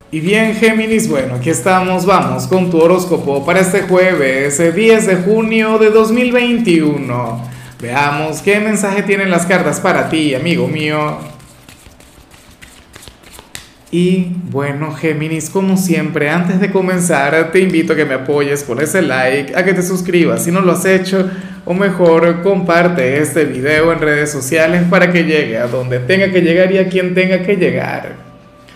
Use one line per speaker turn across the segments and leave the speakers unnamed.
Y bien, Géminis, bueno, aquí estamos, vamos con tu horóscopo para este jueves, 10 de junio de 2021. Veamos qué mensaje tienen las cartas para ti, amigo mío. Y bueno, Géminis, como siempre, antes de comenzar, te invito a que me apoyes con ese like, a que te suscribas si no lo has hecho, o mejor, comparte este video en redes sociales para que llegue a donde tenga que llegar y a quien tenga que llegar.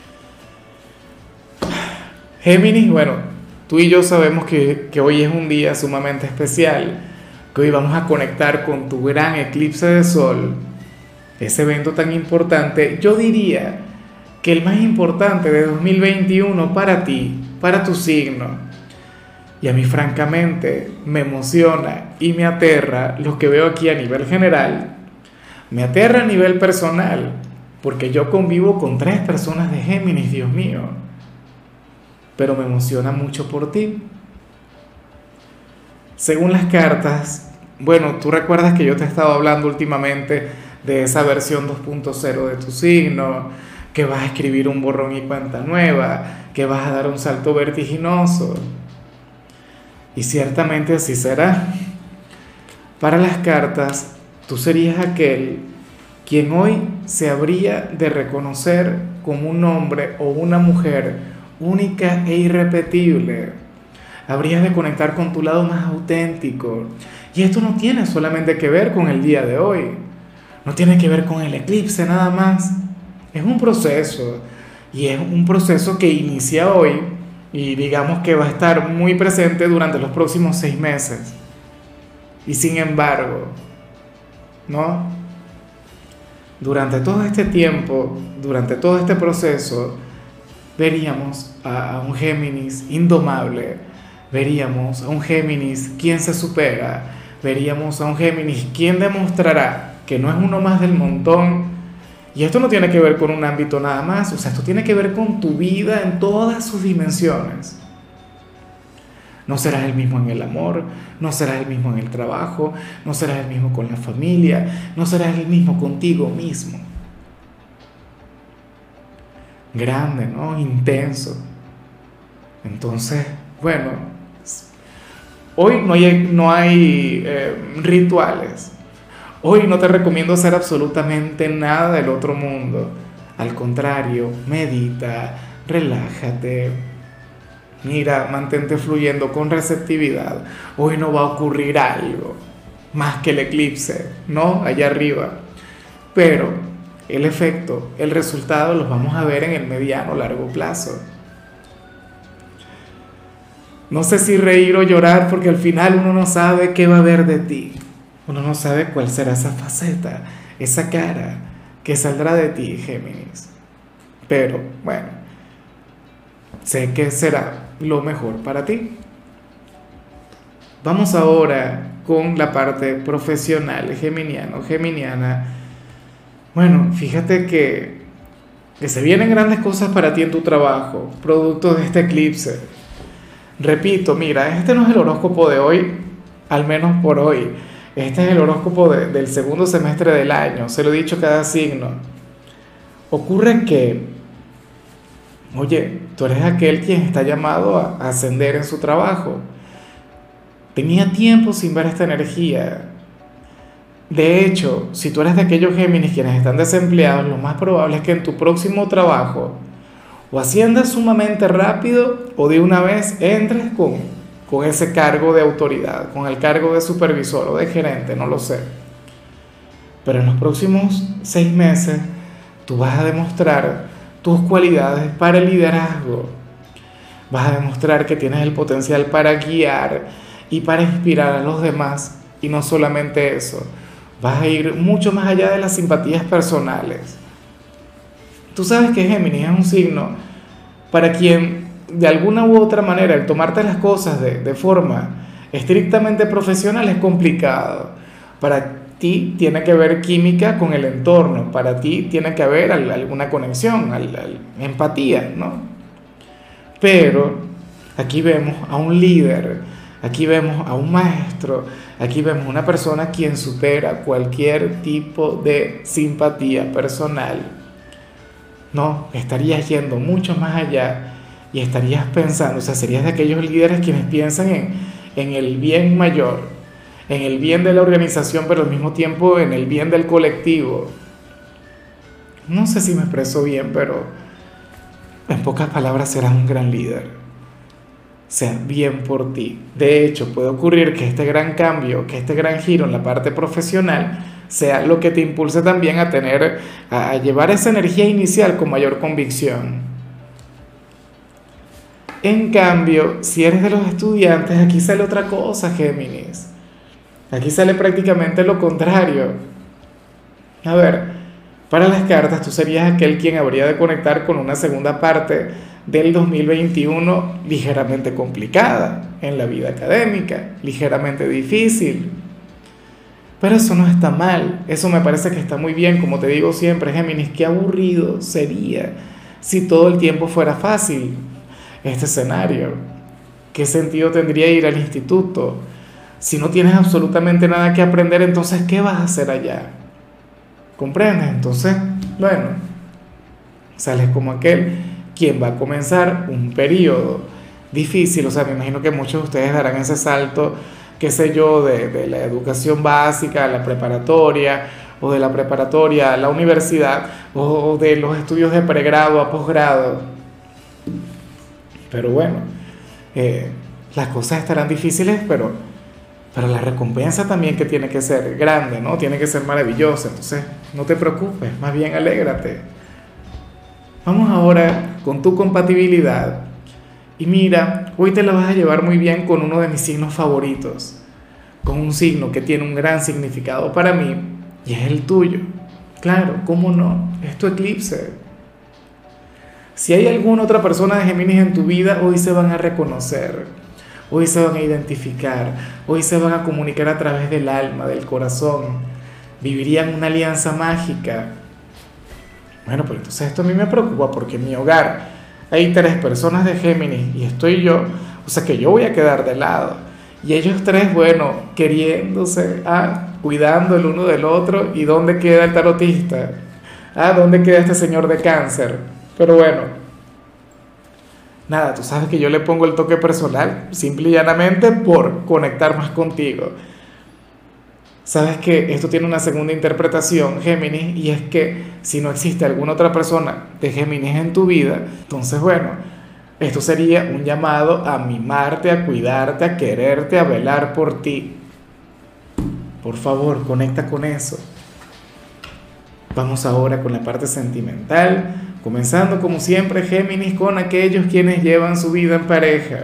Géminis, bueno, tú y yo sabemos que hoy es un día sumamente especial, que hoy vamos a conectar con tu gran eclipse de sol, ese evento tan importante, yo diría que el más importante de 2021 para ti, para tu signo. Y a mí francamente me emociona y me aterra lo que veo aquí a nivel general, me aterra a nivel personal, porque yo convivo con tres personas de Géminis, Dios mío, pero me emociona mucho por ti. Según las cartas, bueno, tú recuerdas que yo te he estado hablando últimamente de esa versión 2.0 de tu signo, que vas a escribir un borrón y cuenta nueva, que vas a dar un salto vertiginoso. Y ciertamente así será. Para las cartas, tú serías aquel quien hoy se habría de reconocer como un hombre o una mujer única e irrepetible. Habrías de conectar con tu lado más auténtico. Y esto no tiene solamente que ver con el día de hoy. No tiene que ver con el eclipse nada más. Es un proceso. Y es un proceso que inicia hoy y digamos que va a estar muy presente durante los próximos 6 meses. Y sin embargo, ¿no? Durante todo este tiempo, durante todo este proceso, veríamos a un Géminis indomable, veríamos a un Géminis quien se supera, veríamos a un Géminis quien demostrará que no es uno más del montón. Y esto no tiene que ver con un ámbito nada más, o sea, esto tiene que ver con tu vida en todas sus dimensiones. No serás el mismo en el amor, no serás el mismo en el trabajo, no serás el mismo con la familia, no serás el mismo contigo mismo. Grande, ¿no? Intenso. Entonces, bueno, hoy no hay rituales. Hoy no te recomiendo hacer absolutamente nada del otro mundo. Al contrario, medita, relájate. Mira, mantente fluyendo con receptividad. Hoy no va a ocurrir algo más que el eclipse, ¿no? Allá arriba. Pero el efecto, el resultado los vamos a ver en el mediano largo plazo. No sé si reír o llorar porque al final uno no sabe qué va a haber de ti. Uno no sabe cuál será esa faceta, esa cara que saldrá de ti, Géminis. Pero bueno, sé que será lo mejor para ti. Vamos ahora con la parte profesional, geminiano, geminiana. Bueno, fíjate que se vienen grandes cosas para ti en tu trabajo, producto de este eclipse. Repito, mira, este no es el horóscopo de hoy, al menos por hoy. Este es el horóscopo del segundo semestre del año, se lo he dicho a cada signo. Ocurre que, oye, tú eres aquel quien está llamado a ascender en su trabajo. Tenía tiempo sin ver esta energía. De hecho, si tú eres de aquellos Géminis quienes están desempleados, lo más probable es que en tu próximo trabajo o asciendas sumamente rápido o de una vez entres con ese cargo de autoridad, con el cargo de supervisor o de gerente, no lo sé. Pero en los próximos 6 meses tú vas a demostrar tus cualidades para el liderazgo. Vas a demostrar que tienes el potencial para guiar y para inspirar a los demás. Y no solamente eso, vas a ir mucho más allá de las simpatías personales. Tú sabes que Géminis es un signo para quien de alguna u otra manera el tomarte las cosas de forma estrictamente profesional es complicado. Para ti tiene que haber química con el entorno, para ti tiene que haber alguna conexión, empatía, ¿no? Pero aquí vemos a un líder, aquí vemos a un maestro, aquí vemos a una persona quien supera cualquier tipo de simpatía personal. No, estarías yendo mucho más allá y estarías pensando, o sea, serías de aquellos líderes quienes piensan en el bien mayor, en el bien de la organización, pero al mismo tiempo en el bien del colectivo. No sé si me expreso bien, pero en pocas palabras serás un gran líder. O sea, bien por ti. De hecho, puede ocurrir que este gran cambio, que este gran giro en la parte profesional sea lo que te impulse también a tener, a llevar esa energía inicial con mayor convicción. En cambio, si eres de los estudiantes, aquí sale otra cosa, Géminis. Aquí sale prácticamente lo contrario. A ver, para las cartas tú serías aquel quien habría de conectar con una segunda parte del 2021 ligeramente complicada en la vida académica, ligeramente difícil. Pero eso no está mal, eso me parece que está muy bien, como te digo siempre, Géminis, qué aburrido sería si todo el tiempo fuera fácil este escenario. ¿Qué sentido tendría ir al instituto? Si no tienes absolutamente nada que aprender, entonces ¿qué vas a hacer allá? ¿Comprendes? Entonces, bueno, sales como aquel quien va a comenzar un periodo difícil. O sea, me imagino que muchos de ustedes darán ese salto, qué sé yo, de la educación básica a la preparatoria, o de la preparatoria a la universidad, o de los estudios de pregrado a posgrado. Pero bueno, las cosas estarán difíciles, pero la recompensa también que tiene que ser grande, ¿no? Tiene que ser maravillosa. Entonces, no te preocupes, más bien alégrate. Vamos ahora con tu compatibilidad. Y mira, hoy te la vas a llevar muy bien con uno de mis signos favoritos, con un signo que tiene un gran significado para mí, y es el tuyo. Claro, ¿cómo no? Es tu eclipse. Si hay alguna otra persona de Géminis en tu vida, hoy se van a reconocer, hoy se van a identificar, hoy se van a comunicar a través del alma, del corazón, vivirían una alianza mágica. Bueno, pues entonces esto a mí me preocupa porque en mi hogar hay tres personas de Géminis y estoy yo, o sea que yo voy a quedar de lado. Y ellos tres, bueno, queriéndose, cuidando el uno del otro. ¿Y dónde queda el tarotista? ¿Dónde queda este señor de Cáncer? Pero bueno, nada, tú sabes que yo le pongo el toque personal, simple y llanamente por conectar más contigo. Sabes que esto tiene una segunda interpretación, Géminis, y es que si no existe alguna otra persona de Géminis en tu vida, entonces bueno, esto sería un llamado a mimarte, a cuidarte, a quererte, a velar por ti. Por favor, conecta con eso. Vamos ahora con la parte sentimental, comenzando como siempre, Géminis, con aquellos quienes llevan su vida en pareja.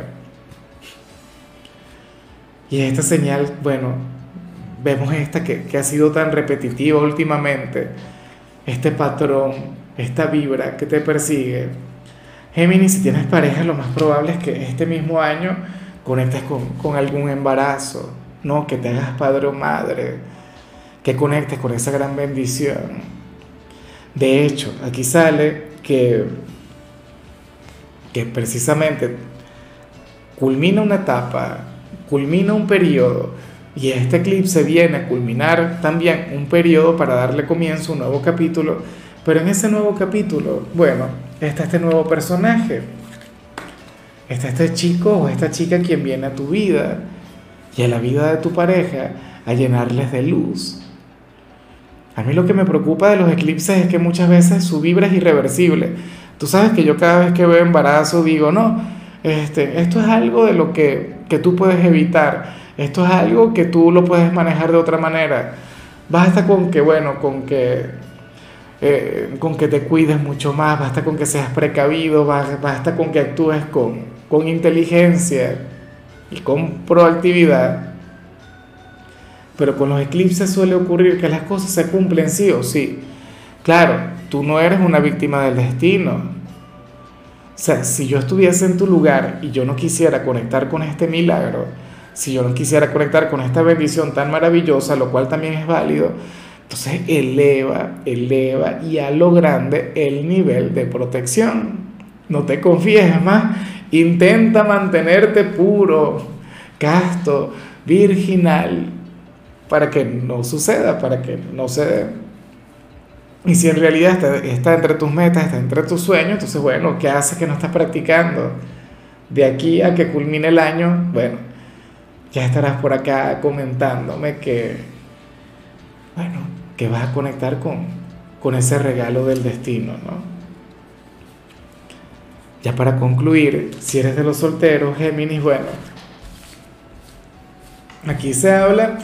Y esta señal, bueno, vemos esta que ha sido tan repetitiva últimamente, este patrón, esta vibra que te persigue. Géminis, si tienes pareja, lo más probable es que este mismo año conectes con algún embarazo, ¿no? Que te hagas padre o madre, que conectes con esa gran bendición. De hecho, aquí sale que precisamente culmina una etapa, culmina un periodo, y este eclipse viene a culminar también un periodo para darle comienzo a un nuevo capítulo, pero en ese nuevo capítulo, bueno, está este nuevo personaje, está este chico o esta chica quien viene a tu vida y a la vida de tu pareja a llenarles de luz. A mí lo que me preocupa de los eclipses es que muchas veces su vibra es irreversible. Tú sabes que yo cada vez que veo embarazo digo, no, esto es algo de lo que tú puedes evitar, esto es algo que tú lo puedes manejar de otra manera. Basta con que, bueno, con que te cuides mucho más, basta con que seas precavido, basta con que actúes con inteligencia y con proactividad. Pero con los eclipses suele ocurrir que las cosas se cumplen sí o sí. Claro, tú no eres una víctima del destino. O sea, si yo estuviese en tu lugar y yo no quisiera conectar con este milagro, si yo no quisiera conectar con esta bendición tan maravillosa, lo cual también es válido, entonces eleva y a lo grande el nivel de protección. No te confíes más, intenta mantenerte puro, casto, virginal, para que no suceda, para que no se Y si en realidad está entre tus metas, está entre tus sueños, entonces, bueno, ¿qué haces que no estás practicando? De aquí a que culmine el año, bueno, ya estarás por acá comentándome que, bueno, que vas a conectar con ese regalo del destino, ¿no? Ya para concluir, si eres de los solteros, Géminis, bueno, aquí se habla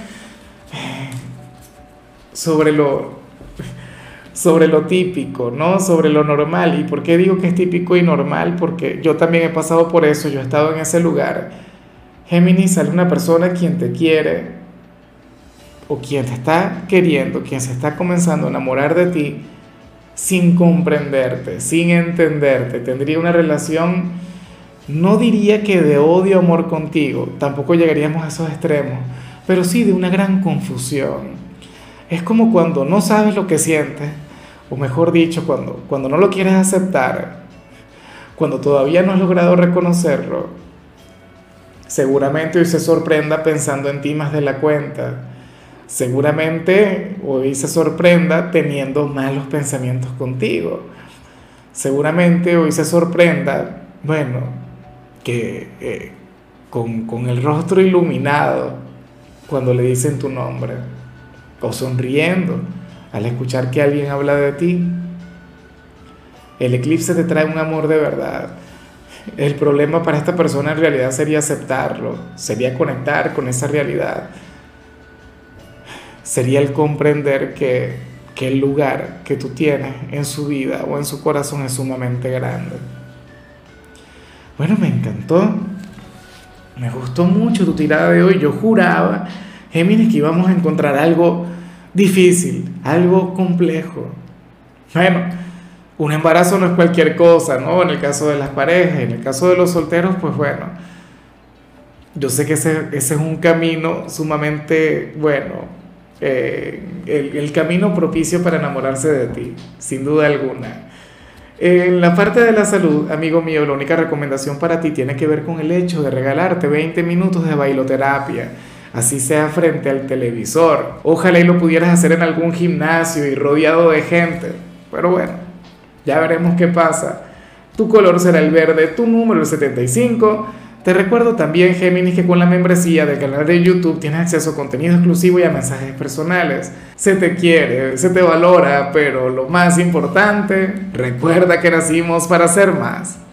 sobre sobre lo típico, ¿no? Sobre lo normal. ¿Y por qué digo que es típico y normal? Porque yo también he pasado por eso, yo he estado en ese lugar. Géminis, sale una persona quien te quiere o quien te está queriendo, quien se está comenzando a enamorar de ti sin comprenderte, sin entenderte. Tendría una relación, no diría que de odio, amor contigo, tampoco llegaríamos a esos extremos, pero sí de una gran confusión. Es como cuando no sabes lo que sientes, o mejor dicho, cuando no lo quieres aceptar, cuando todavía no has logrado reconocerlo. Seguramente hoy se sorprenda pensando en ti más de la cuenta. Seguramente hoy se sorprenda teniendo malos pensamientos contigo. Seguramente hoy se sorprenda, bueno, que con el rostro iluminado cuando le dicen tu nombre, o sonriendo al escuchar que alguien habla de ti. El eclipse te trae un amor de verdad. El problema para esta persona en realidad sería aceptarlo, sería conectar con esa realidad, sería el comprender que el lugar que tú tienes en su vida o en su corazón es sumamente grande. Bueno, me encantó, me gustó mucho tu tirada de hoy. Yo juraba, Géminis, que íbamos a encontrar algo difícil, algo complejo. Bueno, un embarazo no es cualquier cosa, ¿no? En el caso de las parejas, en el caso de los solteros, pues bueno, yo sé que ese es un camino sumamente, bueno, el camino propicio para enamorarse de ti, sin duda alguna. En la parte de la salud, amigo mío, la única recomendación para ti tiene que ver con el hecho de regalarte 20 minutos de bailoterapia, así sea frente al televisor. Ojalá y lo pudieras hacer en algún gimnasio y rodeado de gente, pero bueno, ya veremos qué pasa. Tu color será el verde, tu número el 75. Te recuerdo también, Géminis, que con la membresía del canal de YouTube tienes acceso a contenido exclusivo y a mensajes personales. Se te quiere, se te valora, pero lo más importante, recuerda que nacimos para ser más.